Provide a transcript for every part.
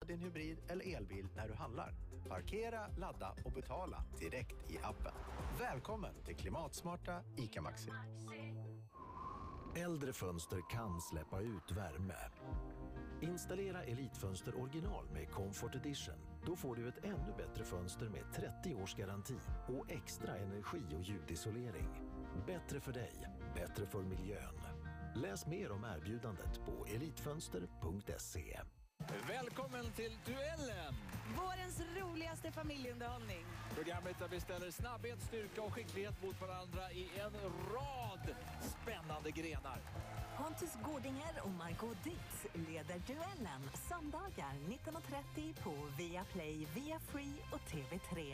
din hybrid eller elbil när du handlar. Parkera, ladda och betala direkt i appen. Välkommen till klimatsmarta ICA Maxi. Äldre fönster kan släppa ut värme. Installera Elitfönster original med Comfort Edition. Då får du ett ännu bättre fönster med 30 års garanti och extra energi- och ljudisolering. Bättre för dig, bättre för miljön. Läs mer om erbjudandet på elitfönster.se. Välkommen till Duellen! Vårens roligaste familjeunderhållning. Programmet där vi ställer snabbhet, styrka och skicklighet mot varandra i en rad spännande grenar. Pontus Gårdinger och Margot Ditz leder Duellen söndagar 19:30 på Viaplay, Via Free och TV3.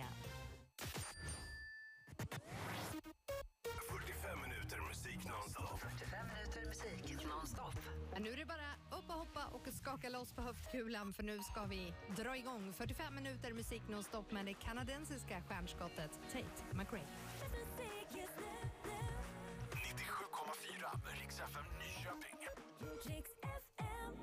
45 minuter musik nonstop. 45 minuter musik nonstop. Nu är det bara upp och hoppa och skaka loss på höftkulan, för nu ska vi dra igång 45 minuter musik nonstop med det kanadensiska stjärnskottet Tate McRae. 97,4 med Rix FM Nyköping. Rix FM.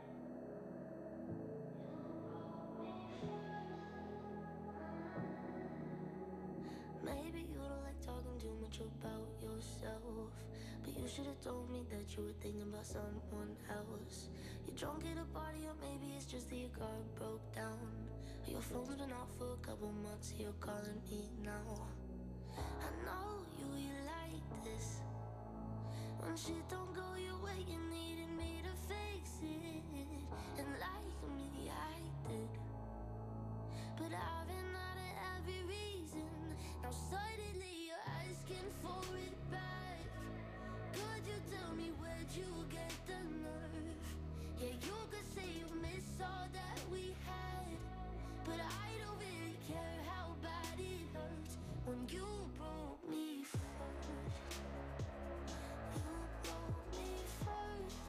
Maybe you don't like talking too much about yourself, but you should have told me that you were thinking about someone else. You're drunk at a party, or maybe it's just that your car broke down. Your phone's been off for a couple months, you're calling me now. I know you like this. When shit don't go your way, you needed me to fix it. And like me, I did. But I've been out of every reason. Now suddenly you're asking for it back. Could you tell me where'd you get the nerve? Yeah, you could say you miss all that we had, but I don't really care how bad it hurts when you broke me first. You broke me first.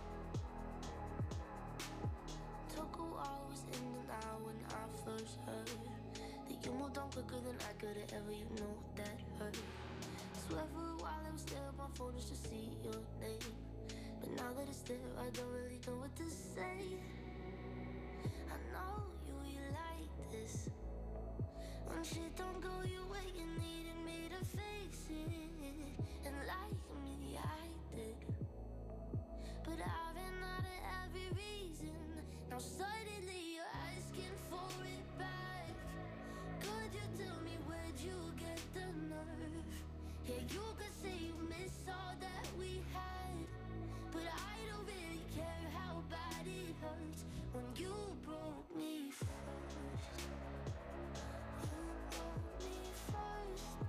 Took a while, was in and out when I first heard that you moved on quicker than I could have ever, you know that hurt. Swear for a while I was staring at my phone just to see your name, but now that it's there I don't really know what to say. I know you like this. When shit don't go your way, you needed me to fix it. And like me, I did. But I've been out of every reason. Now suddenly you're asking for it back. Could you tell me where'd you get the nerve? Yeah, you could say you miss all that we had, but I don't really care how bad it hurts when you broke me first. You broke me first.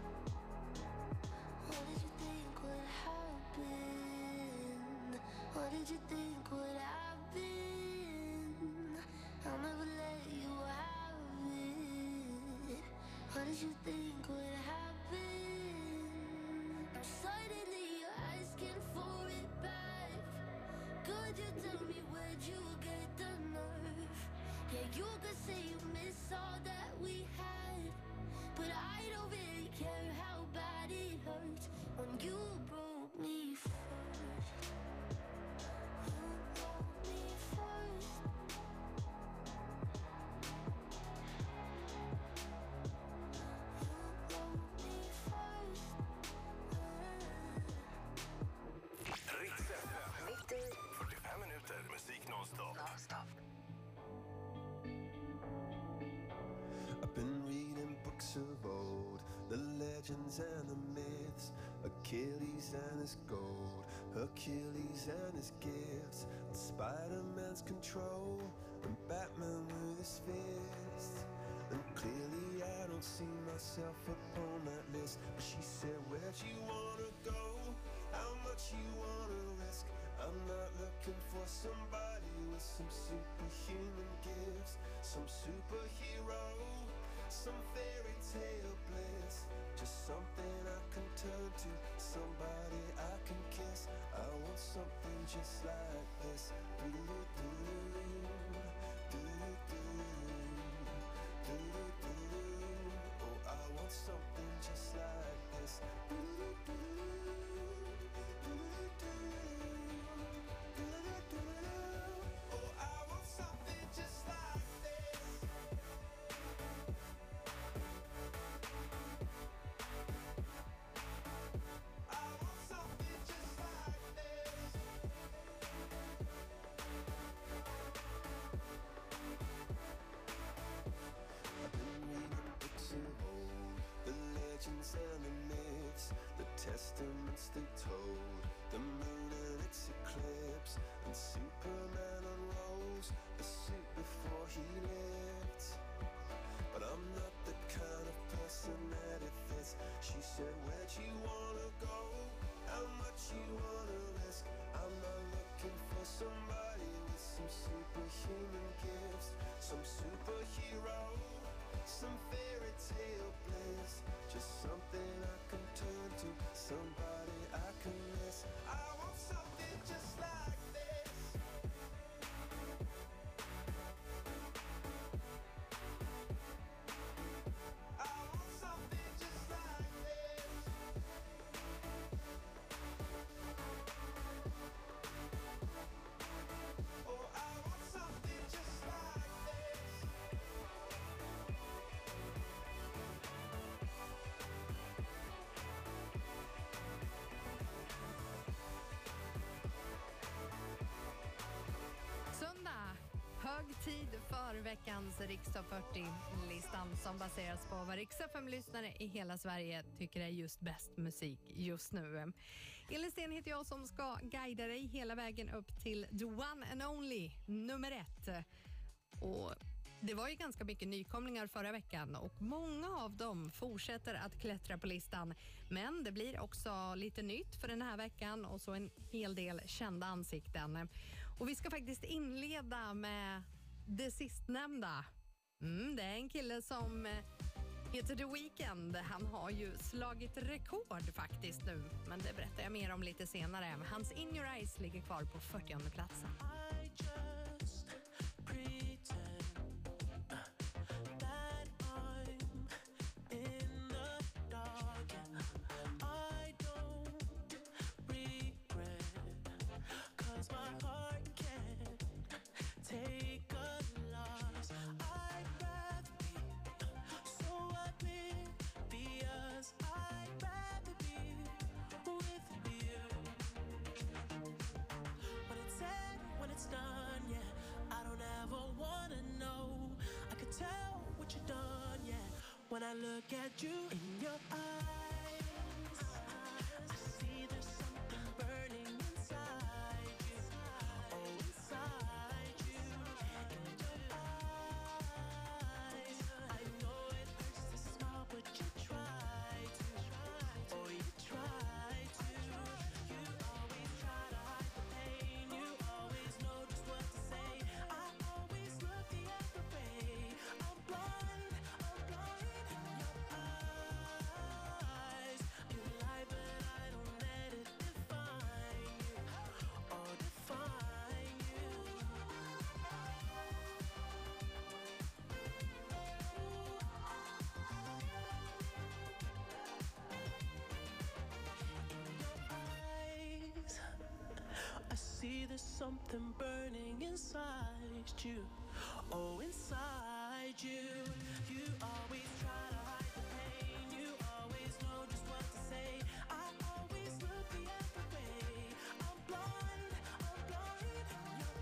What did you think would happen? What did you think would happen? I'll never let you have it. What did you think would happen? Now suddenly you're asking for it back. Could you tell me where'd you get the nerve? Yeah, you could say you miss all that we had, but I don't really care how bad it hurts when you broke me first. You broke me first. You broke me first. Rix FM 45 minuter musik nonstop. I've been reading books of old, the legends and the myths, Achilles and his gold, Hercules and his gifts, and Spider-Man's control, and Batman with his fist. And clearly I don't see myself upon that list. But she said, where'd you wanna go? How much you wanna risk? I'm not looking for somebody with some superhuman gifts, some superhero, some fairy tale bliss. Just something I can turn to, somebody I can kiss. I want something just like this. Oh, I want something just like this. Oh, I want something just testaments they told, the moon and its eclipse, and Superman unrolls a suit before he lived. But I'm not the kind of person that it fits. She said, where'd you wanna go? How much you wanna risk? I'm not looking for somebody with some superhuman gifts, some superhero, some fairy tale bliss, just something I can turn to, somebody I can miss. I want something just like this. I want something just like this. Oh, I want something just like this. Söndag, hög tid för veckans Riksdag 40-listan som baseras på vad Riksdag 5-lyssnare i hela Sverige tycker är just bäst musik just nu. Elin Sten heter jag som ska guida dig hela vägen upp till The One and Only, nummer 1. Och det var ju ganska mycket nykomlingar förra veckan och många av dem fortsätter att klättra på listan. Men det blir också lite nytt för den här veckan och så en hel del kända ansikten. Och vi ska faktiskt inleda med det sistnämnda. Det är en kille som heter The Weeknd. Han har ju slagit rekord faktiskt nu. Men det berättar jag mer om lite senare. Hans In Your Eyes ligger kvar på 40:e platsen. When I look at you in your eyes, I see there's something burning inside you. Oh, inside you, in your eyes. I know it hurts to smile, but you try to. Oh, you try to. You always try to hide the pain. You always know just what to say. I always look the other way. I'm blind, I'm blind. See, there's something burning inside you. Oh, inside you. You always try to hide the pain. You always know just what to say. I always look the other way. I'm blind in your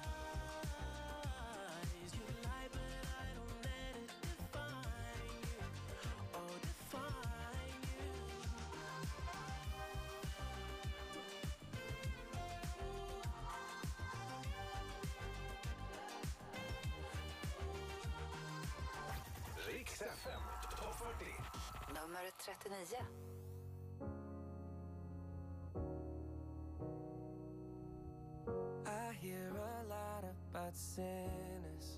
eyes. You lie, but I don't let it define you. Oh, define you. Riks FM Topp 40. Nummer 39. I hear a lot about sinners.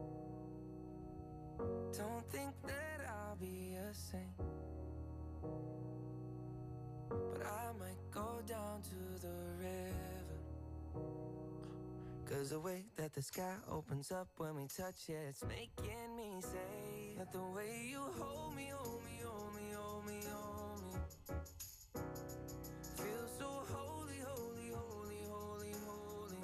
Don't think that I'll be a saint, but I might go down to the river. 'Cause the way that the sky opens up when we touch it, it's making me say that the way you hold me, hold me, hold me, hold me, hold me, feels so holy, holy, holy, holy, holy.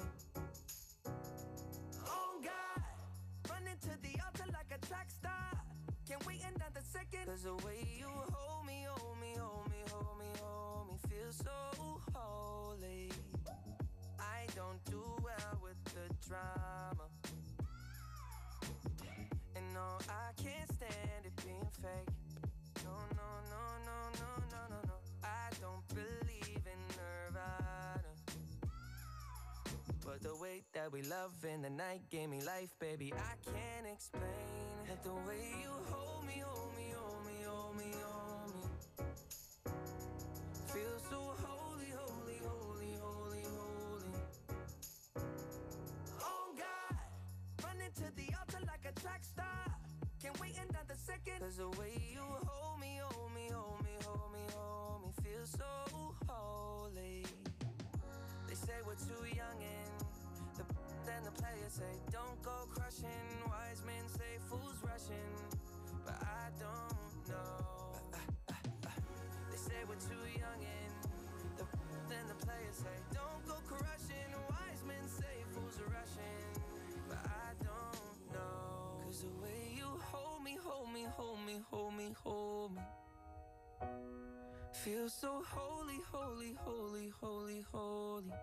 Oh God, running to the altar like a track star. Can't wait another second. 'Cause the way you hold me, hold me, hold me, hold me, hold me, feels so holy. I don't do well with the drama, and no, I can't stand it being fake. No, no, no, no, no, no, no, no. I don't believe the way that we love in the night gave me life, baby. I can't explain that the way you hold me, hold me, hold me, hold me, hold me. Feel so holy, holy, holy, holy, holy. Oh God, running to the altar like a track star. Can't wait another second. Cause the way you hold me, hold me, hold me, hold me, hold me. Feel so holy. They say we're too young and then the players say don't go crushing. Wise men say fools rushing, but I don't know. They say we're too young and then the players say don't go crushing. Wise men say fools are rushing, but I don't know. Cause the way you hold me, hold me, hold me, hold me, hold me. Feel so holy, holy, holy, holy, holy.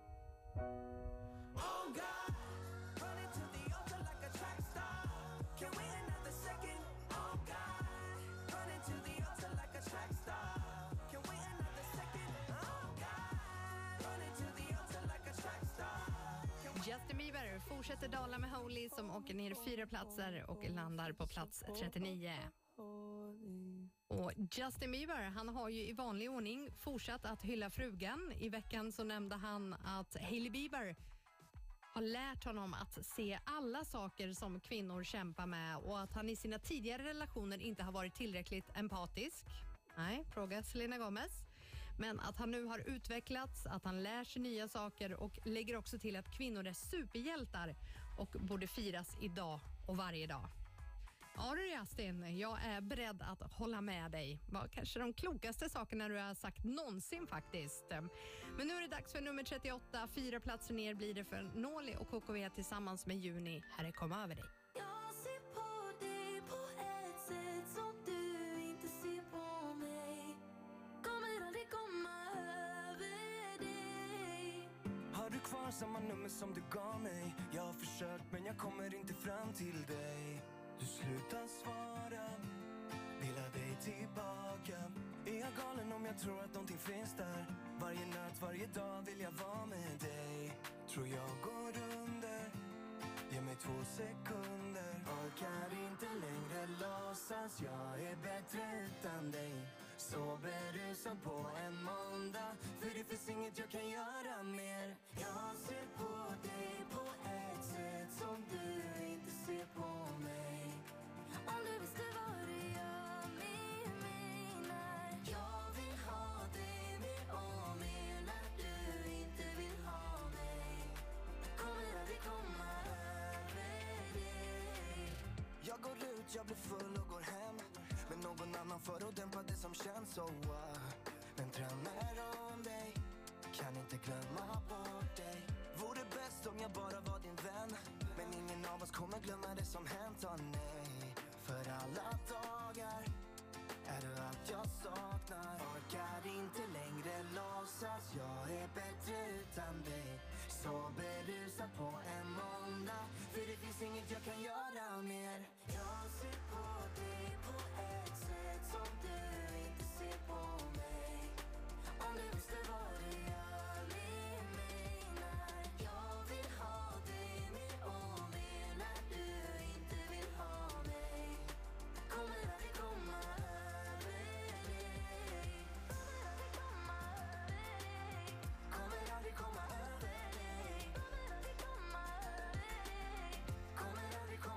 Oh God, running to the altar like a track star. Can't wait another second. Oh God, running to the altar like a track star. Can't wait another second. Oh God, running to the altar like a track star. Justin Bieber fortsätter dala med Holy som åker ner 4 platser och landar på plats 39. Och Justin Bieber, han har ju i vanlig ordning fortsatt att hylla frugan. I veckan så nämnde han att Hailey Bieber har lärt honom att se alla saker som kvinnor kämpar med och att han i sina tidigare relationer inte har varit tillräckligt empatisk. Nej, fråga Selena Gomez. Men att han nu har utvecklats, att han lär sig nya saker och lägger också till att kvinnor är superhjältar och borde firas idag och varje dag. Ja du Justin, jag är beredd att hålla med dig. Var kanske de klokaste sakerna du har sagt någonsin faktiskt. Men nu är det dags för nummer 38. 4 platser ner blir det för Nåli och KKV tillsammans med Juni. Här är Kom över dig. Jag ser på dig på ett sätt som du inte ser på mig. Kommer aldrig komma över dig. Har du kvar samma nummer som du gav mig? Jag har försökt men jag kommer inte fram till dig. Du slutar svara, vill ha dig tillbaka. Är jag galen om jag tror att någonting finns där? Varje natt, varje dag vill jag vara med dig. Tror jag går under, ge mig 2 sekunder. Orkar inte längre låtsas, jag är bättre utan dig. Så berusad på en måndag, för det finns inget jag kan göra mer. Jag ser på dig på ett sätt som du inte ser på mig. Om du visste vad du gör med mig när jag vill ha dig mer och mer när du inte vill ha mig. Kommer aldrig komma över dig. Jag går ut, jag blir full och går hem med någon annan för att dämpa det som känns så men drömmer om dig, kan inte glömma bort dig. Vore bäst om jag bara var din vän, men ingen av oss kommer glömma det som hänt, nej. För alla dagar är du allt jag saknar. Orkar inte längre låtsas, jag är bättre utan dig. Så berusad på en måndag, för det finns inget jag kan göra mer. Jag ser på dig på ett sätt som du inte ser på mig. Om du visste vad du gör med mig när jag vill ha dig mer och mer när du inte vill ha mig. Kommer aldrig komma över dig. Kommer aldrig komma över dig. Kommer aldrig komma över dig. Kommer aldrig komma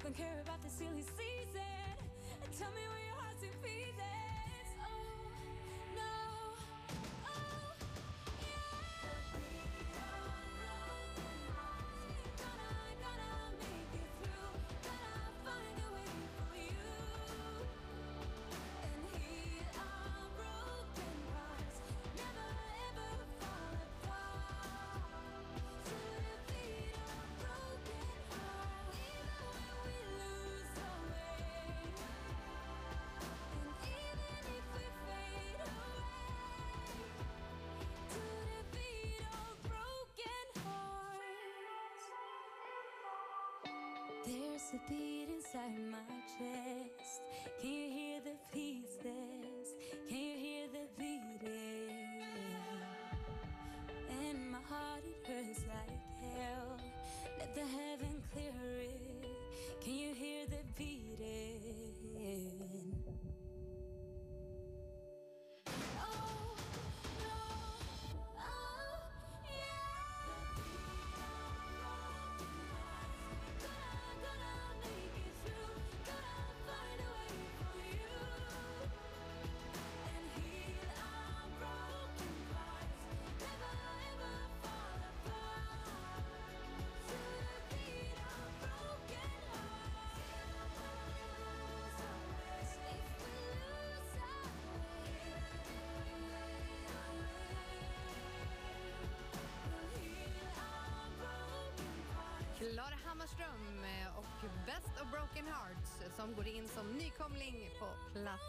Don't care about the silly season. Tell me where your heart's in pieces. Oh, no. Oh, yeah. Gonna make it through. Gonna find a way for you. And heal our broken hearts. Never ever fall apart. To defeat our broken hearts. Even when we lose our way. And even if we fade away. To defeat our broken hearts. There's a beat inside my chest. Can you hear the pieces? Can you hear the beating? And my heart, it hurts like hell. Let the heaven clear it. Can you hear the beating? Oh, no. Oh, yeah. Gonna make it through. Gonna find a way for you. And heal our broken hearts. Never ever fall apart. To defeat our broken hearts. If we lose our way, we'll heal our broken hearts. Klara Hammarström och Best of Broken Hearts som går in som nykomling på plats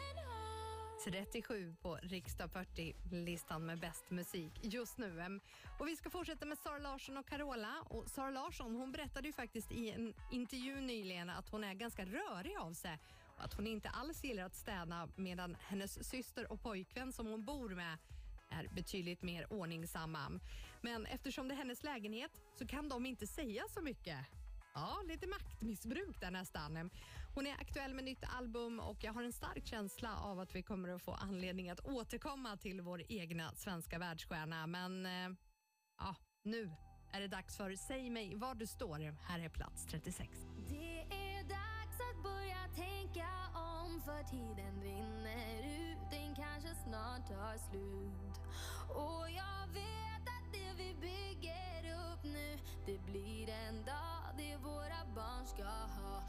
37 på Riksdag 40-listan med bäst musik just nu. Och vi ska fortsätta med Sara Larsson och Carola. Och Sara Larsson, hon berättade ju faktiskt i en intervju nyligen att hon är ganska rörig av sig. Och att hon inte alls gillar att städa, medan hennes syster och pojkvän som hon bor med är betydligt mer ordningsamma. Men eftersom det är hennes lägenhet så kan de inte säga så mycket. Ja, lite maktmissbruk där nästan. Hon är aktuell med nytt album och jag har en stark känsla av att vi kommer att få anledning att återkomma till vår egna svenska världsstjärna. Men ja, nu är det dags för Säg mig var du står. Här är plats 36. Det är dags att börja tänka om, för tiden rinner ut, den kanske snart tar slut. Och jag vet att det vi bygger upp nu, det blir en dag det våra barn ska ha.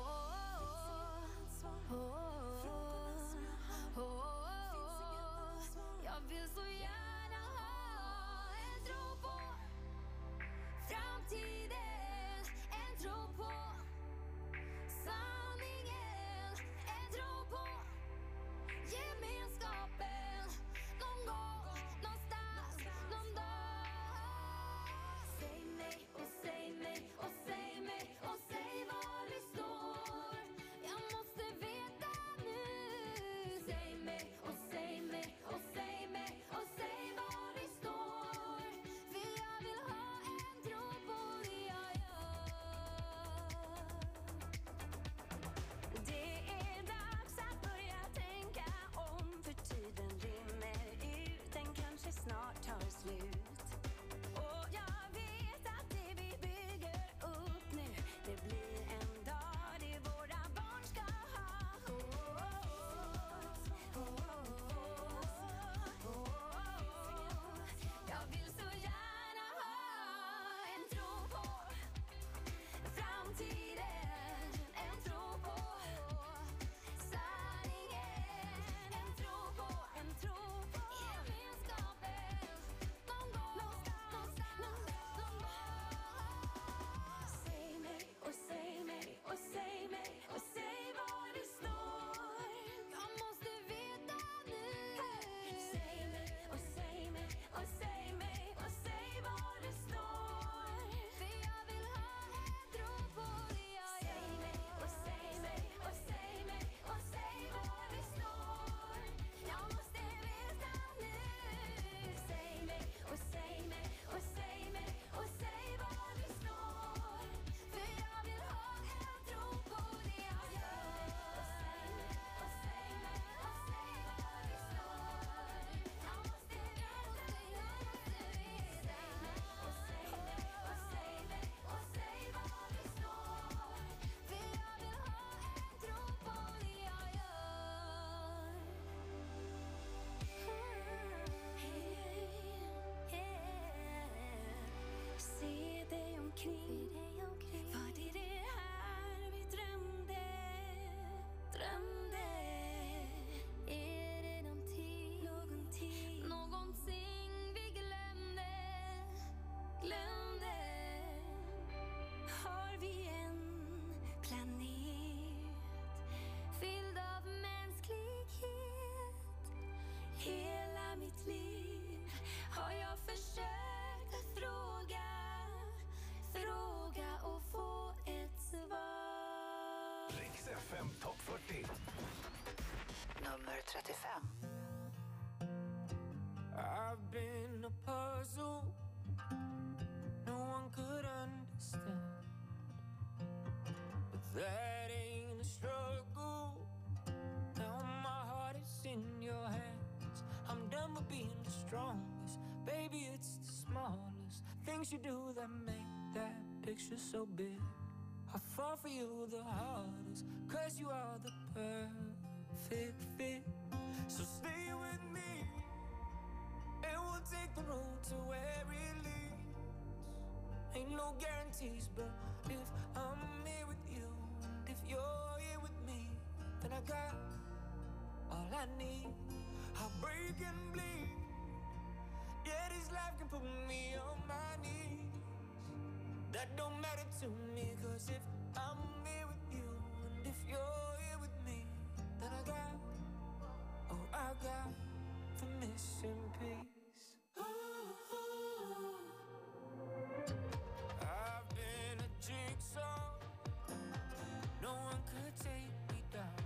Jag vill så gärna ha en tro på framtiden, en tro på sanningen, en tro på gemenskapen. Någon gång, någonstans, någon dag. Säg mig och säg mig och säg mig och säg var vi står. Jag måste veta nu. Säg mig och säg mig och säg mig och omkring? Var det här vi drömde? Är det någonting vi glömde? Har vi en planet fylld av mänsklighet? Hela mitt liv har jag försökt att fråga och få ett svar. Rix FM Topp 40. Nummer 35. I've been a puzzle no one could understand, but that ain't a struggle. Now my heart is in your hands. I'm done with being the strongest. Baby, it's the smallest things you do that make that picture so big. I fall for you the hardest, 'cause you are the perfect fit. So stay with me and we'll take the road to where it leads. Ain't no guarantees, but if I'm here with you and if you're here with me, then I got all I need. I'll break and bleed. Yeah, this life can put me on my knees. That don't matter to me, 'cause if I'm here with you and if you're here with me, then I got the missing piece. I've been a jigsaw, no one could take me down,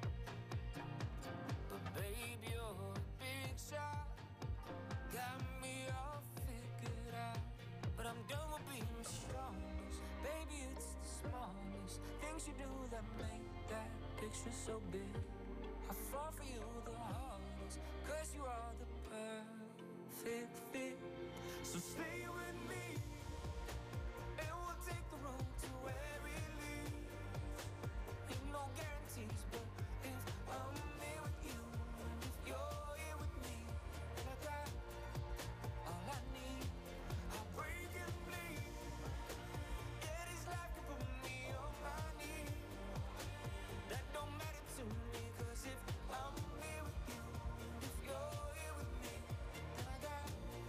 but baby, you're a big shot, got me all figured out. But I'm done with being the strongest. Baby, it's the smallest things you do that make that picture so big. I fall for you the hardest, 'cause you are the perfect fit. So stay with me and we'll take the road to where it leads. Ain't no guarantees, but if I'm here with you and if you're here with me, then I got all I need. I'll break and bleed. Yeah, this life can put me on my knees. That don't matter to me, 'cause if I'm here with you and if you're here with me, then I got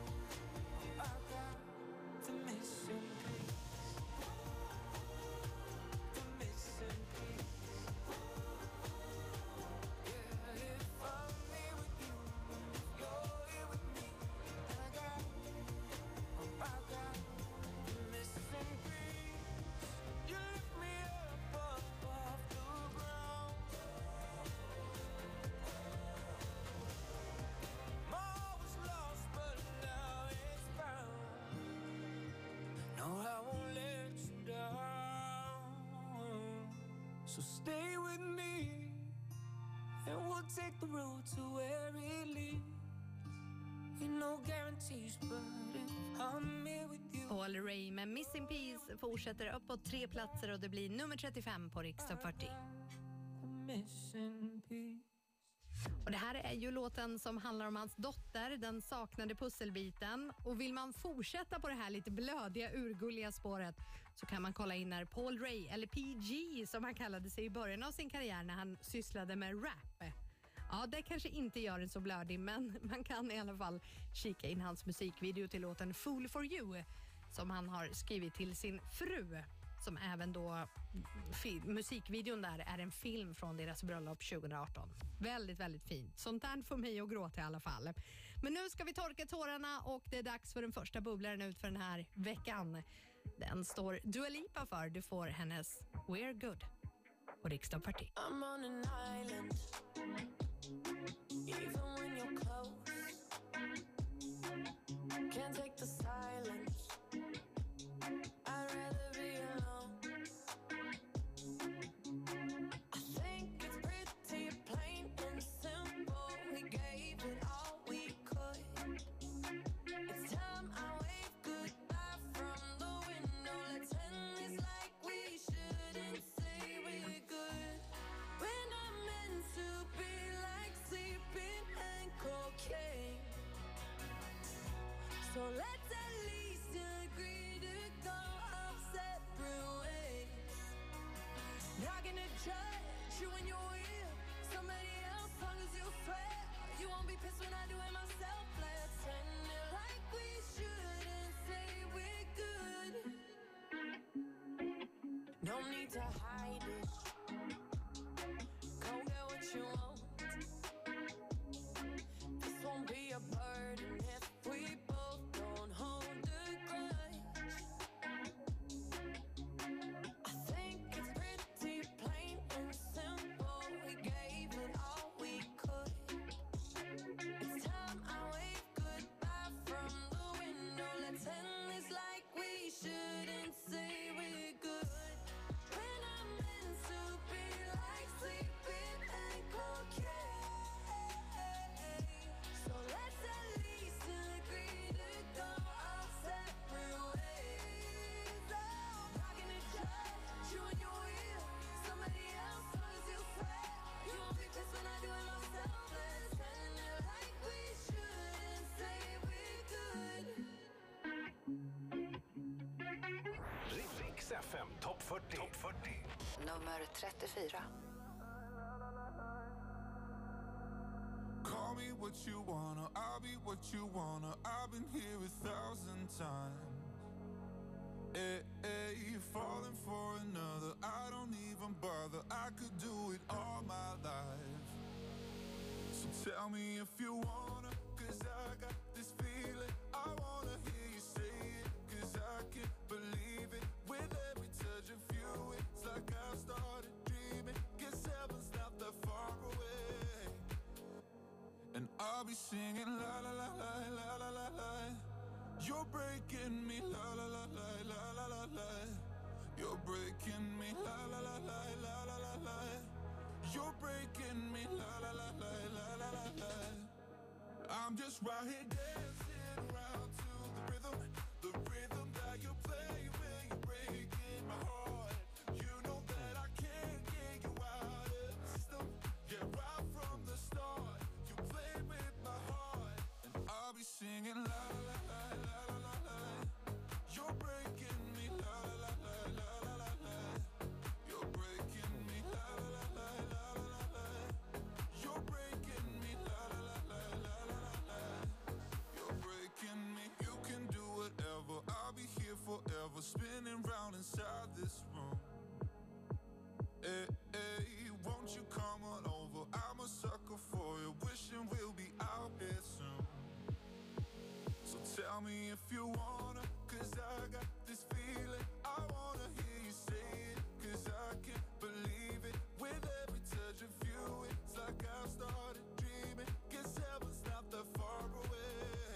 the missing piece. The missing piece. Yeah, if I'm here with you and if you're here with me, then I got the missing piece. You lift me up off the ground. More was lost, but now it's found. No, I won't let you down. So stay with me and we'll take the road to where it leads. Ain't no guarantees, but if I'm here with you. Paul Ray med Missing Piece fortsätter uppåt 3 platser och det blir nummer 35 på Rix Top 40. Missing piece. Och det här är ju låten som handlar om hans dotter, den saknade pusselbiten. Och vill man fortsätta på det här lite blödiga, urgulliga spåret så kan man kolla in när Paul Ray, eller PG som han kallade sig i början av sin karriär när han sysslade med rap. Ja, det kanske inte gör den så blödig, men man kan i alla fall kika in hans musikvideo till låten Fool for You som han har skrivit till sin fru, som även då musikvideon där är en film från deras bröllop 2018. Väldigt, väldigt fint. Sånt där får mig att gråta i alla fall. Men nu ska vi torka tårarna och det är dags för den första bubblaren ut för den här veckan. Den står Dua Lipa för. Du får hennes We're Good på Rix Top 40. I'm on an island, even when you're close. Can't take the silence. I'd rather be alone. I think it's pretty plain and simple. We gave it all we could. It's time I wave goodbye from the window. Let's end this like we shouldn't say we're good. We're not meant to be pissed when I do it myself. Let's end it like we should and say we're good. No need to hide it. Go get what you want. This won't be a burden if we both don't hold a grudge. I think it's pretty plain and simple. We gave it all we could. It's time I wave goodbye from the window. Let's end this like we should and say we're good. When I'm meant to be like sleeping and cocaine. So let's at least agree to go our separate ways. Oh, rocking the judge, you and your wheel. Somebody else was you swear. You won't be pissed when I do it myself. Let's end it like we should and say we're good. Riks FM Topp 40. Topp 40. Nummer 34. Call me what you wanna, I'll be what you wanna. I've been here 1,000 times. Hey, falling for another, I don't even bother. I could do it all my life. So tell me if you wanna, cause I got this feeling. I wanna hear you say it, cause I can't believe it. With every touch of you, it's like I've started dreaming. Guess heaven's not that far away. And I'll be singing la la la la la la la la. You're breaking me la la la la la la la la. You're breaking me la la la la la la la la. You're breaking me la la la la la la la la. I'm just right here dancing around to the rhythm that you play when you're breaking my heart. You know that I can't get you out of the system. Yeah, right from the start, you played with my heart, and I'll be singing la la la la la la la. You're breaking me la la la la la la la. You're breaking me la la la la la la la. You're breaking me la la la la la la la. You're breaking me. You can do whatever. I'll be here forever, spinning round inside this room. Hey, hey, won't you come on over? I'm a sucker for you, wishing we'll be out here soon. So tell me if you wanna, cause I got this feeling. I wanna hear you say it, cause I can't believe it. With every touch of you, it's like I've started dreaming. Guess heaven's not that far away.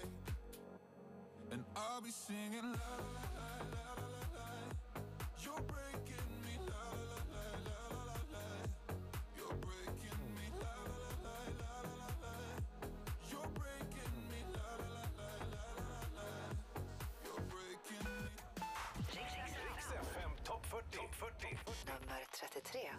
And I'll be singing la la la la la la la. You're breaking me la la la la la la la. You're breaking me la la la la la la la. You're breaking me la la la la la la la. You're breaking me. Riks FM Topp 40. Topp 40. Nummer 33.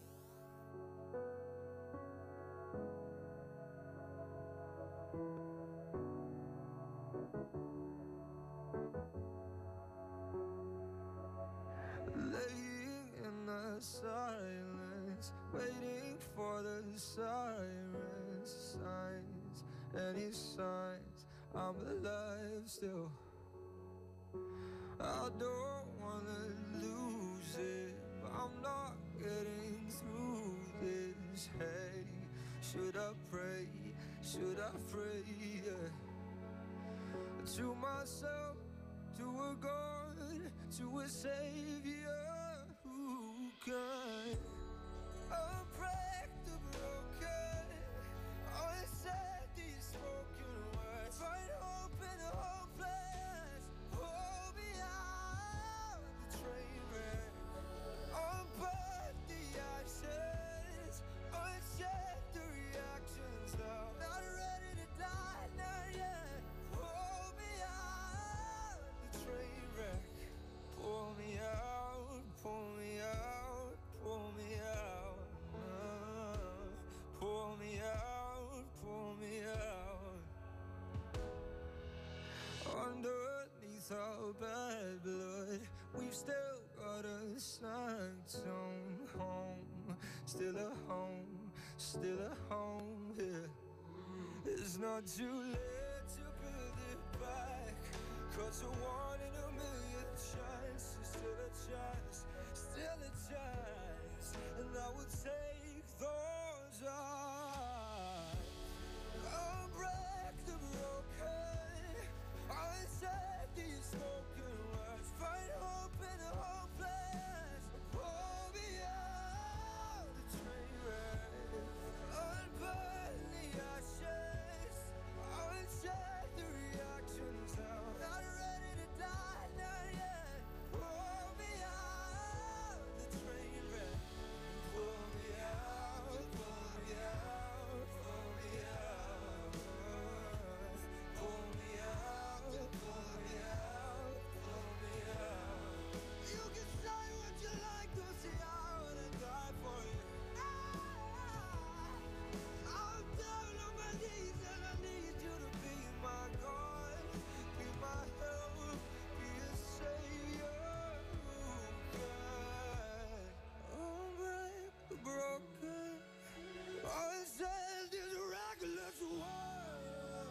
Laying in the silence, waiting for the sirens, signs, any signs I'm alive still. I don't wanna lose it, but I'm not getting through this. Hey, should I pray? Should I pray? Yeah. To myself, to a God, to a Savior who can unbreak the broken, unsaid these spoken words, find hope in the hopeless, pull me out the train wreck, unburn the ashes, unshed the reactions now, not ready to die, not yet, pull me out the train wreck, pull me out, pull me out, pull me out, pull me out, pull me out. Underneath our bad blood, we've still got a sanctum home, still a home, still a home here. It's not too late to build it back, 'cause a 1 in a million chance is still a chance, still a chance. And I would take those odds. I'll break the broken, I'll take these spoken words, find hope in a hopeless. Pull me out the train wreck, I'll burn the ashes, I'll check the reactions now. Not ready to die, not yet. Pull me out the train wreck, pull me out, pull me out, pull me out, pull me out, pull me out, pull me out. You can say what you like, 'cause see I wanna die for you. I'm down on my knees and I need you to be my God, be my help, be a savior. I'll break the broken, I'll send this reckless world.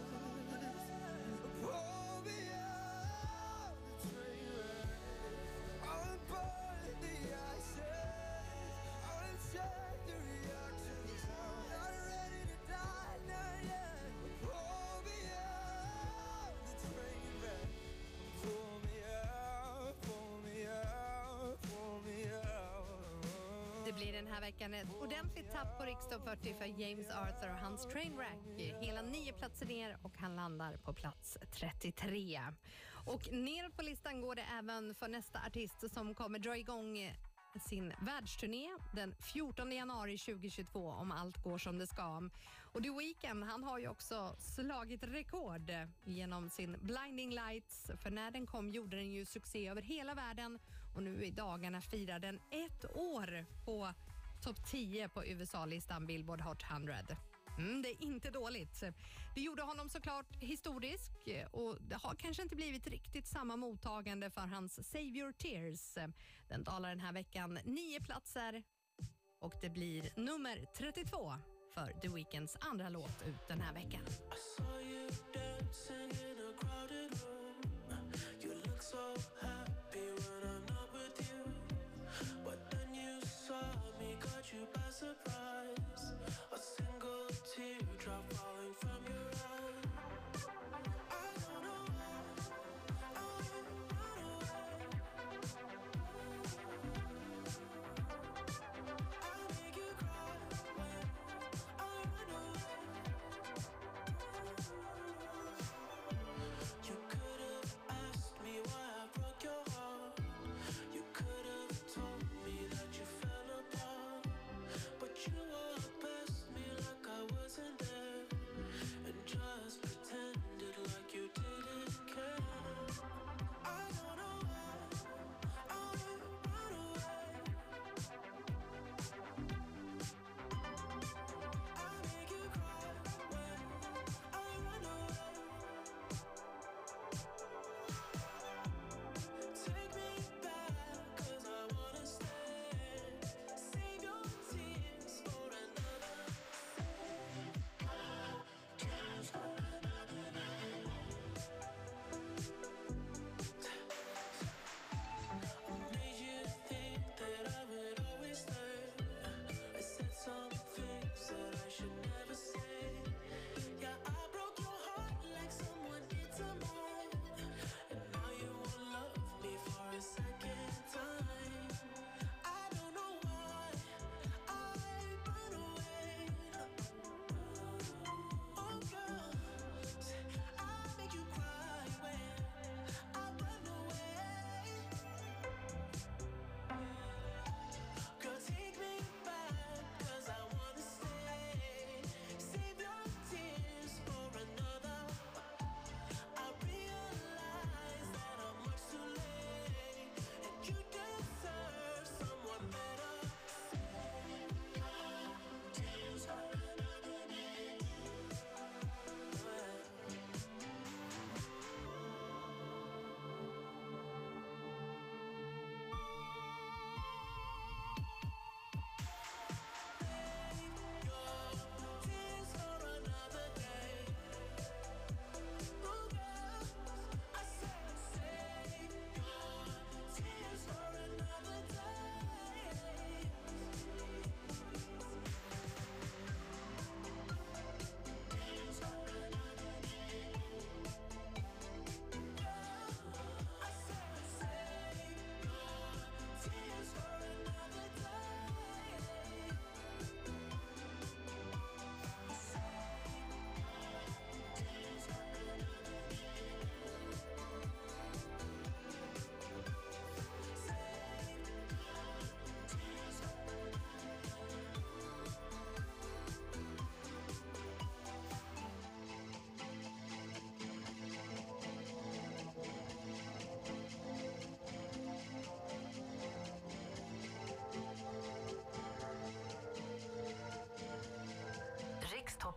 Pull me out the train wreck, I'll burn the ashes, I'll check the reactions now. Not ready to die, not yet. Pull me out the train wreck, pull me out, pull me out, pull me out. Det blir den här veckan ett ordentligt tapp på Rikstopp 40 för James Arthur och hans Trainwreck. Hela 9 platser ner och han landar på plats 33. Och neråt på listan går det även för nästa artist som kommer dra igång sin världsturné den 14 januari 2022 om allt går som det ska. Och The Weeknd, han har ju också slagit rekord genom sin Blinding Lights, för när den kom gjorde den ju succé över hela världen och nu i dagarna firar den 1 år på topp 10 på USA-listan Billboard Hot 100. Det är inte dåligt. Det gjorde honom såklart historisk och det har kanske inte blivit riktigt samma mottagande för hans Save Your Tears. Den dalar den här veckan 9 platser och det blir nummer 32 för The Weeknds andra låt ut den här veckan. Teardrop falling from your eye. I don't know why I went away. I make you cry when I run away. You could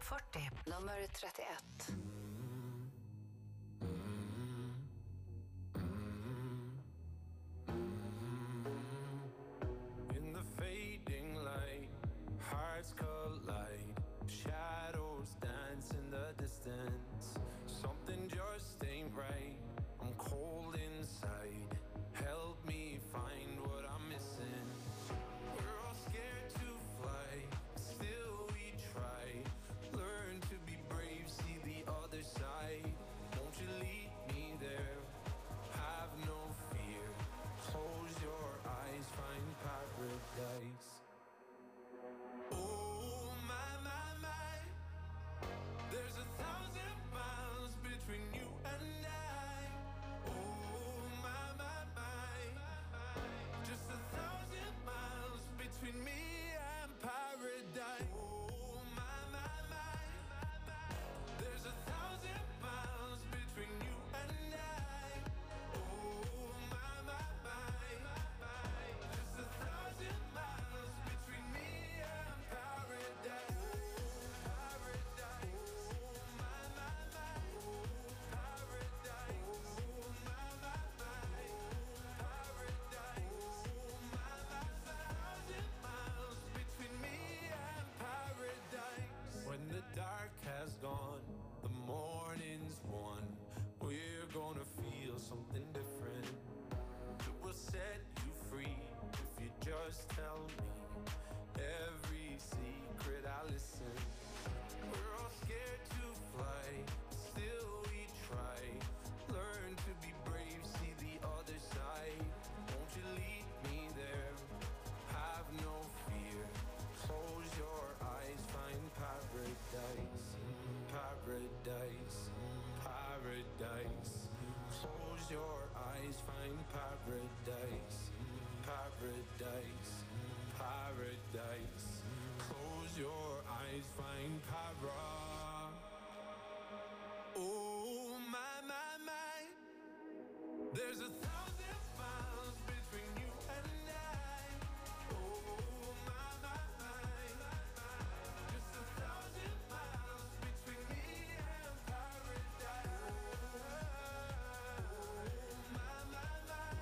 40, nummer 31. In the fading light, hearts collide, shadows dance in the distance. Something just ain't right, I'm cold inside. Help me find what I'm missing. We're all scared to fly, still we try. Learn to be brave, see the other side. Won't you lead me there? Have no fear. Close your eyes, find paradise. Oh my, my, my. There's 1,000 miles between you and I. Oh my, my, my. Just 1,000 miles between me and paradise. Oh my, my, my. There's 1,000 miles between you and I. Oh my, my, my. Just 1,000 miles between me and paradise. Paradise. Oh my, my, my. Paradise. Oh my, my, my. Paradise. Oh my, my, 1,000 miles between me and paradise. When the dark has gone, the morning's won. We're gonna feel something different. It will set you free if you just tell me every secret I listen. We're all scared to fly, still we try. Learn to be brave, see the other side. Won't you lead me there? Have no fear. Close your eyes, find paradise. Paradise. Paradise. Close your eyes, find paradise. Paradise. Paradise. Close your eyes, find para. Oh my, my, my. There's 1,000 miles between you and I. Oh my, my, my. Just 1,000 miles between me and paradise. Oh my, my, my.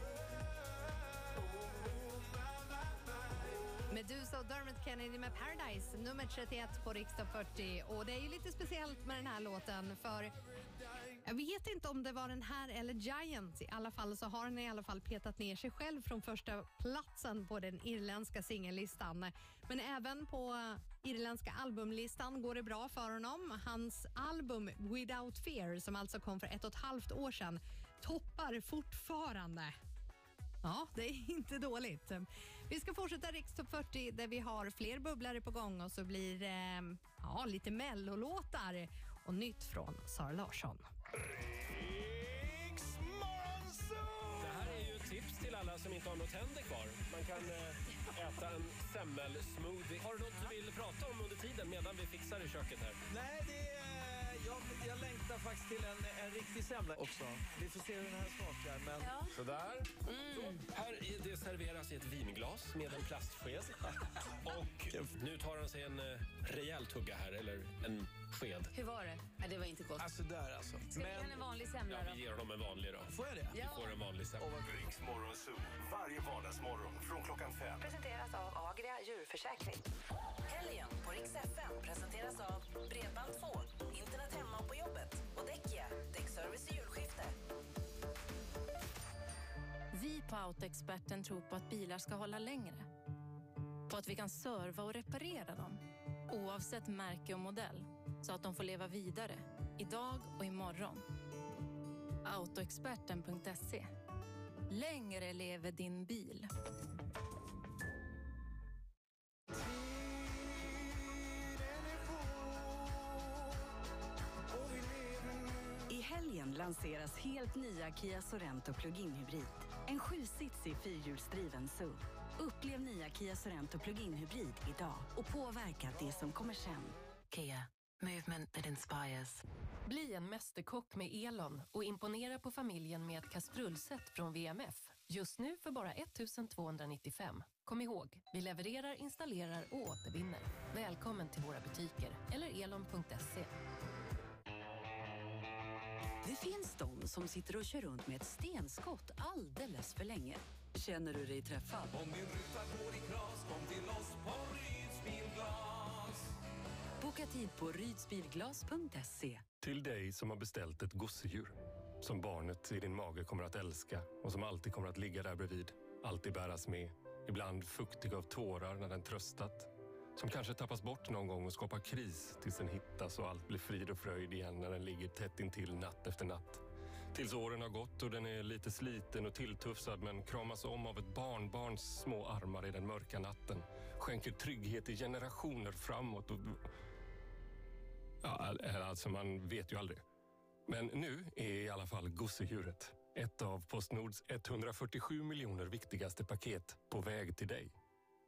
Oh my, my, my. Medusa och Dermot Kennedy med Paradise, nummer 31 på Riksdag 40. Och det är ju lite speciellt med den här låten, för jag vet inte om det var den här eller Giant. I alla fall så har den i alla fall petat ner sig själv från första platsen på den irländska singellistan. Men även på irländska albumlistan går det bra för honom. Hans album Without Fear, som alltså kom för 1,5 år sedan, toppar fortfarande. Ja, det är inte dåligt. Vi ska fortsätta Rikstopp 40 där vi har fler bubblare på gång, och så blir det lite mellolåtar och nytt från Sara Larsson. Det här är ju ett tips till alla som inte har något tänder kvar. Man kan äta en semmelsmoothie. Har du något du vill prata om under tiden medan vi fixar i köket här? Nej, det är... Jag längtar faktiskt till en riktig semla också. Vi får se hur den här smakar. Men... Ja. Sådär. Så, här det serveras i ett vinglas med en plastsked. Och nu tar han sig en rejäl tugga här, eller en sked. Hur var det? Nej, det var inte gott. Alltså där alltså. Ska vi ge en vanlig semla då? Vi ger honom en vanlig då. Får jag det? Ja. Vi får en vanlig semla. Riks Morgonzoo, varje vardagsmorgon från klockan 5. Presenteras av Agria djurförsäkring. Helgen på Rix FM presenteras av Bredband2, internet hemma och på jobbet, och Däckia, däckservice och julskifte. Vi på Autoexperten tror på att bilar ska hålla längre. På att vi kan serva och reparera dem, oavsett märke och modell, så att de får leva vidare, idag och imorgon. Autoexperten.se. Längre lever din bil. I helgen lanseras helt nya Kia Sorento Plug-in Hybrid. En 7-sitsig fyrhjulsdriven SUV. Upplev nya Kia Sorento Plug-in Hybrid idag och påverka det som kommer sen. Kia, movement that inspires. Bli en mästerkock med Elon och imponera på familjen med ett kastrullset från VMF. Just nu för bara 1295. Kom ihåg, vi levererar, installerar och återvinner. Välkommen till våra butiker eller elon.se. Det finns de som sitter och kör runt med ett stenskott alldeles för länge. Känner du dig träffad? Om din ruta går i kras, kom till oss på Ryds Bilglas. Boka tid på rydsbilglas.se. Till dig som har beställt ett gosedjur. Som barnet i din mage kommer att älska och som alltid kommer att ligga där bredvid. Alltid bäras med. Ibland fuktig av tårar när den tröstat. Som kanske tappas bort någon gång och skapar kris tills den hittas och allt blir frid och fröjd igen när den ligger tätt intill natt efter natt. Tills åren har gått och den är lite sliten och tilltufsad men kramas om av ett barnbarns små armar i den mörka natten. Skänker trygghet i generationer framåt. Och... Ja, alltså man vet ju aldrig. Men nu är i alla fall gosedjuret ett av Postnords 147 miljoner viktigaste paket på väg till dig.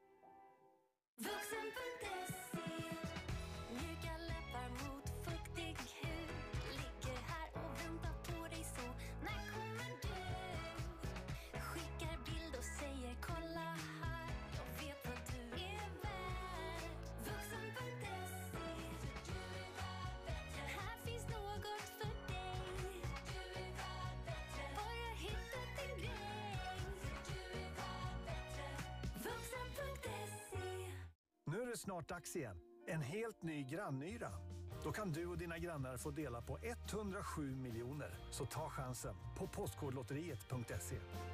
Vuxen.se, mjuka läppar mot fuktig hud, ligger här och väntar på dig så. När kommer du? Skickar bild och säger kolla här, jag vet vad du är värd. Vuxen.se, här finns något för dig. Bara hitta din grej. Vuxen.se. Nu är det snart dags igen. En helt ny grannyra. Då kan du och dina grannar få dela på 107 miljoner. Så ta chansen på postkodlotteriet.se.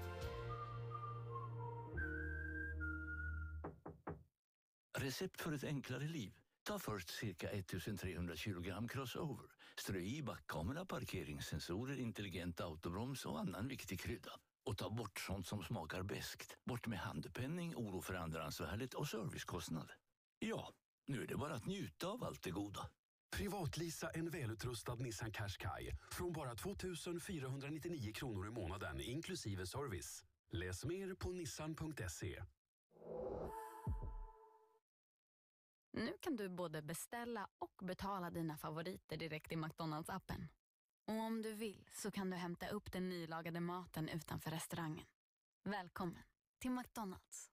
Recept för ett enklare liv. Ta först cirka 1300 kilogram crossover. Strö i backkamera, parkeringssensorer, intelligent autobroms och annan viktig krydda. Och ta bort sånt som smakar beskt. Bort med handpenning, oro för andrahandsvärdet och servicekostnad. Ja, nu är det bara att njuta av allt det goda. Privatlisa en välutrustad Nissan Qashqai från bara 2499 kronor i månaden inklusive service. Läs mer på nissan.se. Nu kan du både beställa och betala dina favoriter direkt i McDonalds-appen. Och om du vill så kan du hämta upp den nylagade maten utanför restaurangen. Välkommen till McDonalds.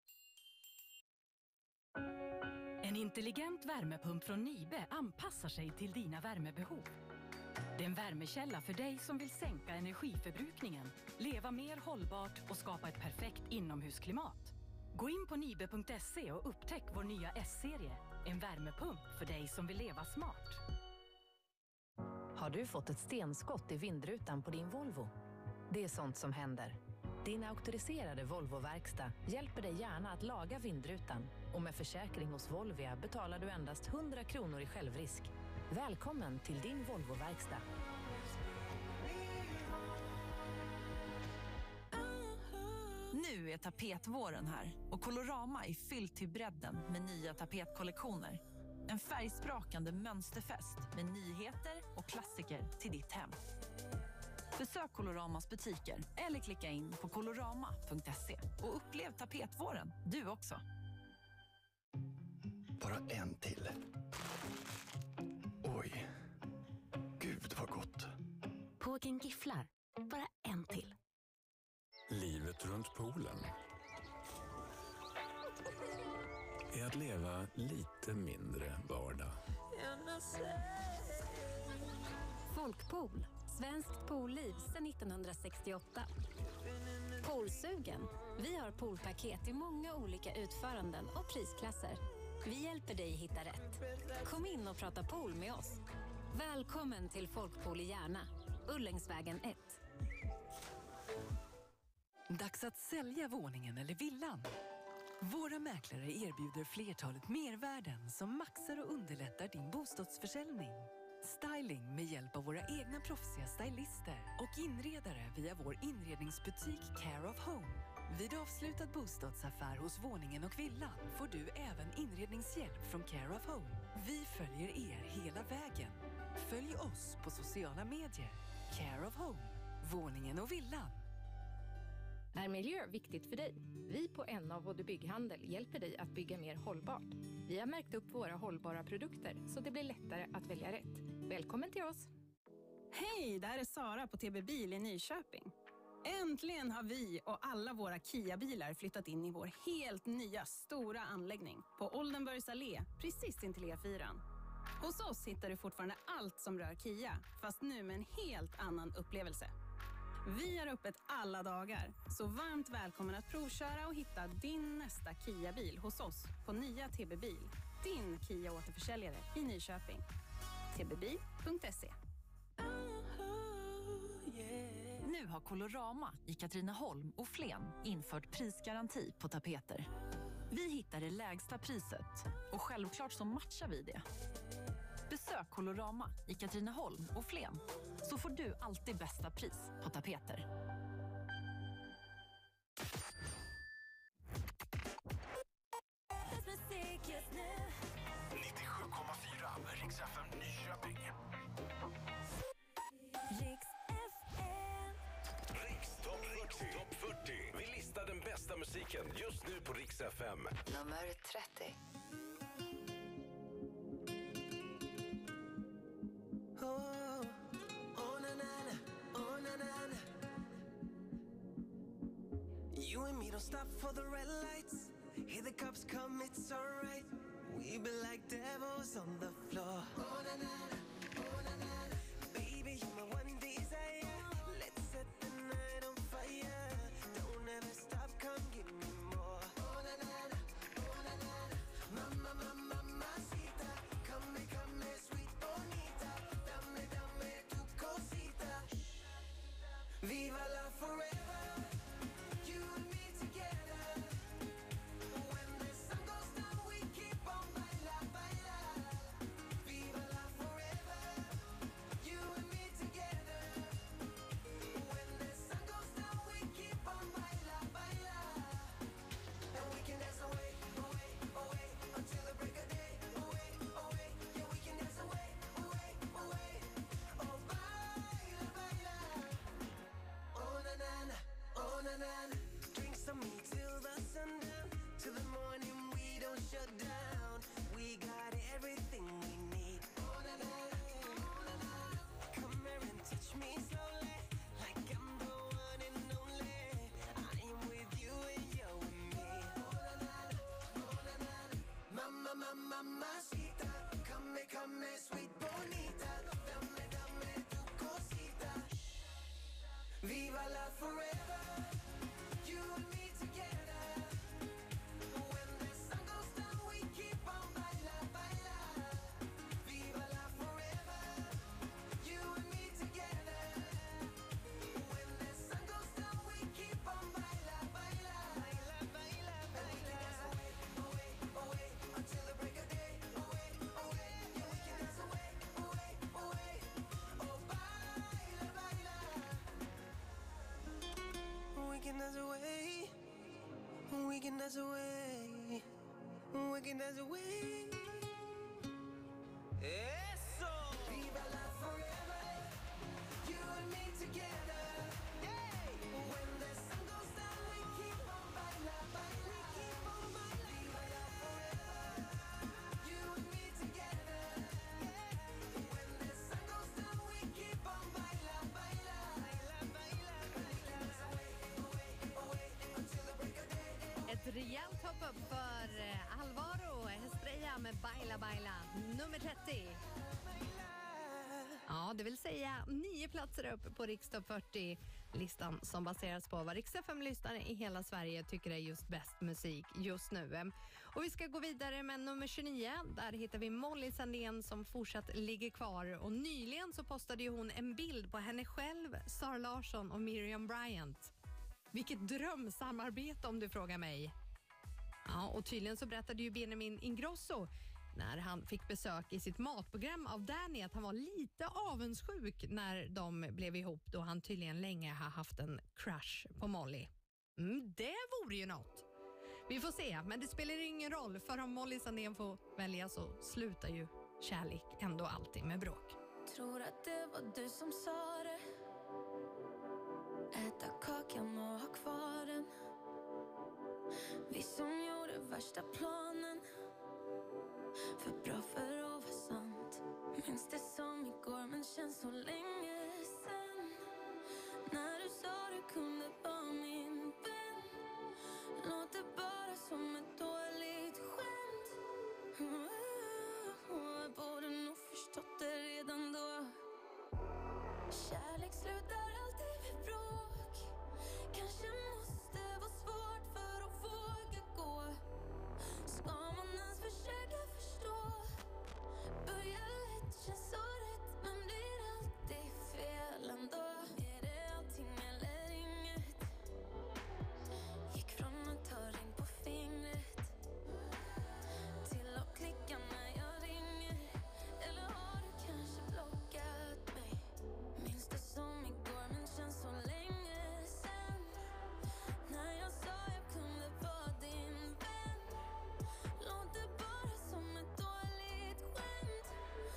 En intelligent värmepump från Nibe anpassar sig till dina värmebehov. Det är en värmekälla för dig som vill sänka energiförbrukningen, leva mer hållbart och skapa ett perfekt inomhusklimat. Gå in på nibe.se och upptäck vår nya S-serie. En värmepump för dig som vill leva smart. Har du fått ett stenskott i vindrutan på din Volvo? Det är sånt som händer. Din auktoriserade Volvo-verkstad hjälper dig gärna att laga vindrutan. Och med försäkring hos Volvia betalar du endast 100 kronor i självrisk. Välkommen till din Volvo-verkstad. Nu är tapetvåren här och Colorama är fyllt till bredden med nya tapetkollektioner. En färgsprakande mönsterfest med nyheter och klassiker till ditt hem. Besök Coloramas butiker eller klicka in på colorama.se och upplev tapetvåren du också. Bara en till. Oj. Gud vad gott. Pågen gifflar. Bara en till. Livet runt poolen är att leva lite mindre vardag. Folkpool. Svenskt poolliv sedan 1968. Poolsugen. Vi har poolpaket i många olika utföranden och prisklasser. Vi hjälper dig hitta rätt. Kom in och prata pool med oss. Välkommen till Folkpool i Järna. Ullängsvägen 1. Dags att sälja våningen eller villan. Våra mäklare erbjuder flertalet mervärden som maxar och underlättar din bostadsförsäljning. Styling med hjälp av våra egna proffsiga stylister och inredare via vår inredningsbutik Care of Home. Vid avslutad bostadsaffär hos våningen och villan får du även inredningshjälp från Care of Home. Vi följer er hela vägen. Följ oss på sociala medier. Care of Home. Våningen och villan. Är miljö viktigt för dig? Vi på NA Bygghandel hjälper dig att bygga mer hållbart. Vi har märkt upp våra hållbara produkter så det blir lättare att välja rätt. Välkommen till oss! Hej, det här är Sara på TB Bil i Nyköping. Äntligen har vi och alla våra Kia-bilar flyttat in i vår helt nya stora anläggning på Oldenburgs allé, precis intill E4. Hos oss hittar du fortfarande allt som rör Kia, fast nu med en helt annan upplevelse. Vi är öppet alla dagar, så varmt välkommen att provköra och hitta din nästa Kia-bil hos oss på nya TB Bil. Din Kia-återförsäljare i Nyköping. tbbil.se. Nu har Colorama i Katrineholm och Flen infört prisgaranti på tapeter. Vi hittar det lägsta priset och självklart så matchar vi det. Besök Colorama i Katrineholm och Flen så får du alltid bästa pris på tapeter. Rix FM Nyköping. Rix Top 40. Vi listar den bästa musiken just nu på Rix FM. Nummer 30. You and me don't stop for the red lights. Hear the cops come, it's alright. We be like devils on the floor. Oh na na na, oh na na na. Baby, you're my one desire. Let's set the night on fire. Don't ever stop, come give me more. Oh na na na, oh na na na. Mama, mama, mamacita. Come, sweet bonita. Dame tu cosita. Viva la forever. You and me together. When the sun goes down, we keep on baila, baila. Viva la forever. You and me together. When the sun goes down, we keep on baila, baila. And we can dance away, away, away until the break of day. Away, away, yeah, we can dance away, away, away. Oh, baila, baila. Oh na na na, oh na na na. Drinks on me till the sundown. Till the morning we don't shut down. We got everything we need. Oh na na na, oh na na. Come here and touch me slowly, like I'm the one and only. I'm with you and you're with me. Oh na na na, oh na na na. Mama, mama, mamacita. Come, sweet bonita. Dame tu cosita. Viva la forever. You and me together. When the sun goes down, we keep on baila, baila. Viva la forever. You and me together. When the sun goes down, we keep on baila, baila. Baila, baila, baila. Away, away, away until the break of day. Away, away, yeah, we can dance away, away, away. Oh, baila, baila. We can dance away. We can dance away. We can dance away. Eso. Viva la forever. You and me together. Hey. When the sun goes down, we keep on baila, baila. We keep on baila. Viva la forever. You and me together. Yeah. When the sun goes down, we keep on baila, baila. Baila, baila, baila. Away, away, away until the break of day. Ett rejält hopp upp för Alvaro Estrella med Baila Baila, nummer 30. Ja, det vill säga 9 platser upp på Rix Top 40. Listan som baseras på vad Rix FM-lyssnare i hela Sverige tycker är just bäst musik just nu. Och vi ska gå vidare med nummer 29. Där hittar vi Molly Sandén som fortsatt ligger kvar. Och nyligen så postade ju hon en bild på henne själv, Sara Larsson och Miriam Bryant. Vilket drömsamarbete om du frågar mig. Ja, och tydligen så berättade ju Benjamin Ingrosso när han fick besök i sitt matprogram av Danny att han var lite avundsjuk när de blev ihop, då han tydligen länge har haft en crush på Molly. Det vore ju något. Vi får se, men det spelar ingen roll, för om Molly Sandén får välja så slutar ju kärlek ändå alltid med bråk. Tror att det var du som sa det. Äta kakan och ha kvar den. Vi som gjorde värsta planen. För bra för att vara sant. Minns det som igår men känns så länge sen. När du sa du kunde Kärlek slutar alltid med bråk. Kanske måste vara svårt för att våga gå. Ska man ens försöka förstå? Börjar lätt, känns så rätt, men blir alltid fel ändå. Är det allting eller inget? Gick från att ta ring på fingret till att klicka när jag ringer. Eller har du kanske blockat mig? Minns det som igår men känns så länge sen. När jag sa jag kunde vara din vän. Låter bara som ett dåligt skämt.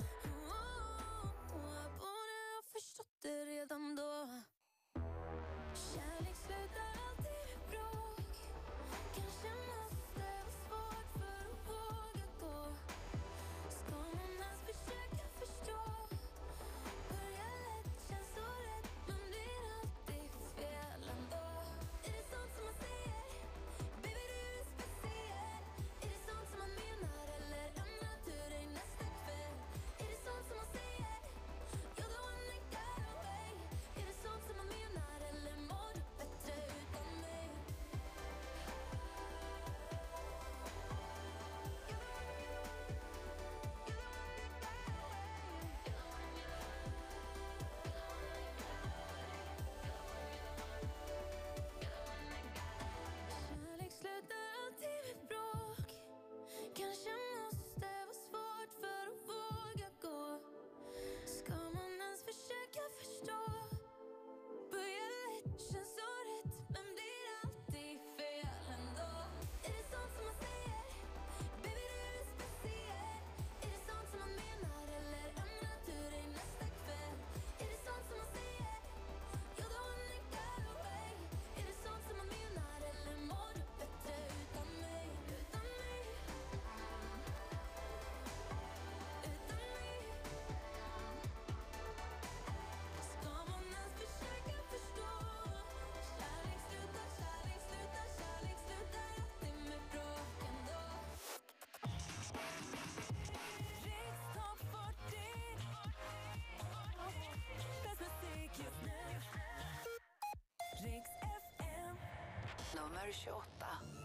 Jag borde ha förstått det redan då. Kärlek slutar alltid med bråk. Kanske måste vara svårt för att våga gå. Ska man ens försöka förstå? Börjar lätt, känns så rätt, men blir alltid fel ändå. Är det sånt som man säger? Baby, du är speciell. Är det sånt som man menar eller ämnar du dig nästa kväll? Är det sånt som man säger? You're the one that got away. Är det sånt som man menar eller mår du bättre utan mig? Kärlek slutar alltid med bråk. Kanske måste vara svårt för att våga gå. Ska man ens försöka förstå? Börjar lätt, känns så rätt, men blir alltid fel ändå. Är det sånt som man säger? Baby, du är speciell. Är det sånt som man menar eller ämnar du dig nästa kväll? Är det sånt som man säger? You're the one that got away. Är det sånt som man menar eller mår du bättre utan mig? Utan mig? Utan mig? Ska man ens försöka förstå? Kärlek slutar alltid med bråk ändå. Rikstopp 40. Bäst musik just nu. Riks FM. Nummer 28.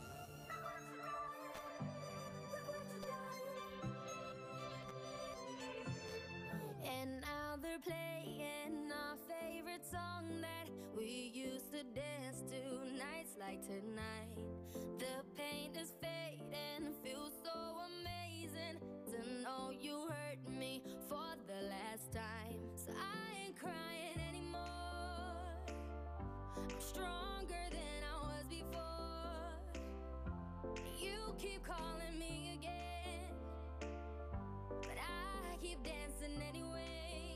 And now they're playing our favorite song that we used to dance to nights like tonight. The pain is fading, feels so amazing to know you hurt me for the last time. So I ain't crying anymore. I'm stronger than I was before. You keep calling me again, but I keep dancing anyway.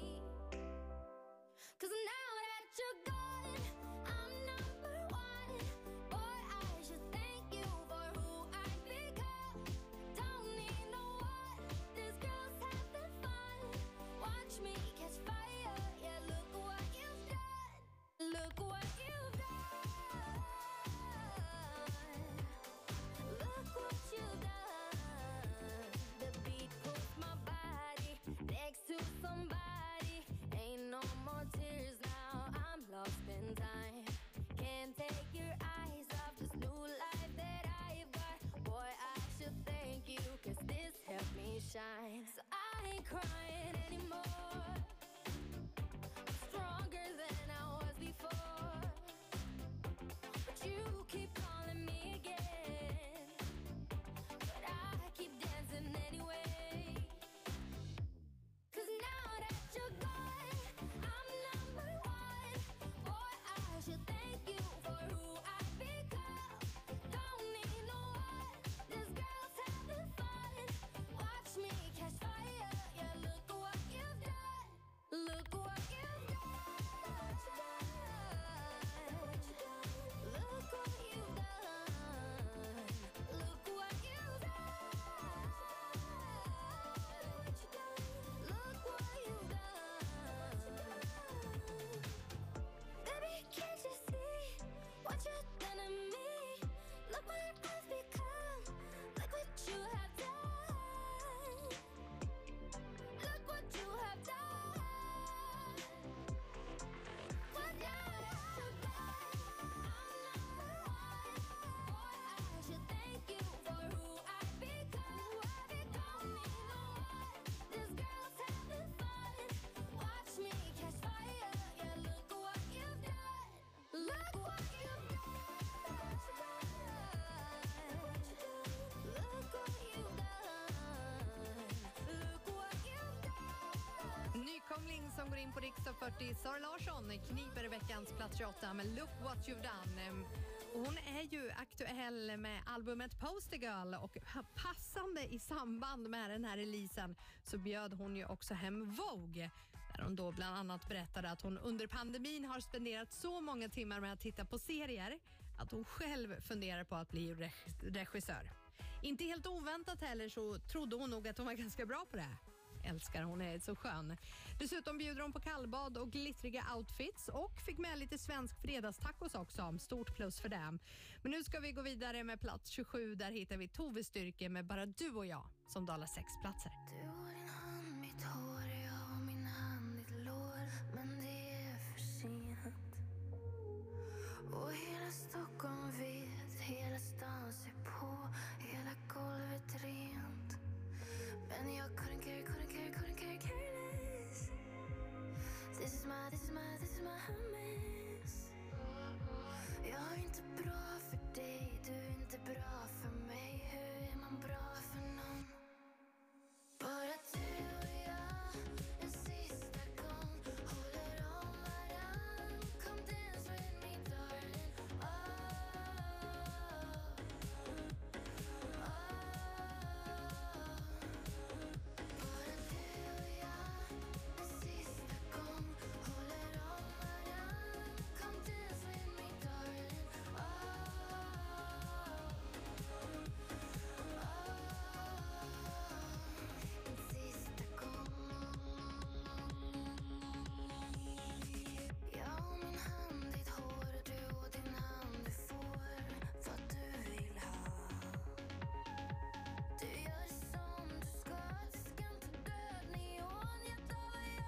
'Cause now that you're gone, I'm number one. Boy, I should thank you for who I've become. Don't need no one, this girl's having fun. Watch me catch fire, yeah, look what you've done. Look what you've done. Look what you've done. The beat pulls my body next to somebody. Ain't no more tears now, I'm lost in time. Can't take your eyes off this new life that I've got. Boy, I should thank you, 'cause this helped me shine. So I ain't crying anymore. I'm stronger than I was before. But you keep calling me again, but I keep dancing anyway. 'Cause now that you're gone, I'm number one. Boy, I should thank you for who I've become. Don't need no one, this girl's having fun. Watch me catch fire, yeah, look som går in på Riksdag 40. Sara Larsson kniper veckans plats 28 med Look What You've Done. Och hon är ju aktuell med albumet Poster Girl och passande i samband med den här releasen så bjöd hon ju också hem Vogue. Där hon då bland annat berättade att hon under pandemin har spenderat så många timmar med att titta på serier att hon själv funderar på att bli regissör. Inte helt oväntat heller så trodde hon nog att hon var ganska bra på det. Älskar, hon är så skön. Dessutom bjuder hon på kallbad och glittriga outfits och fick med lite svensk fredagstacos också. Stort plus för det. Men nu ska vi gå vidare med plats 27. Där hittar vi Tove Styrke med Bara du och jag som dalar 6 platser. Du har din hand, mitt hår, jag har min hand, ditt lår. Men det är för sent. Och hela Stockholm vet, hela stan ser på, hela golvet rent. Men jag couldn't care less. This is my mess. Jag har inte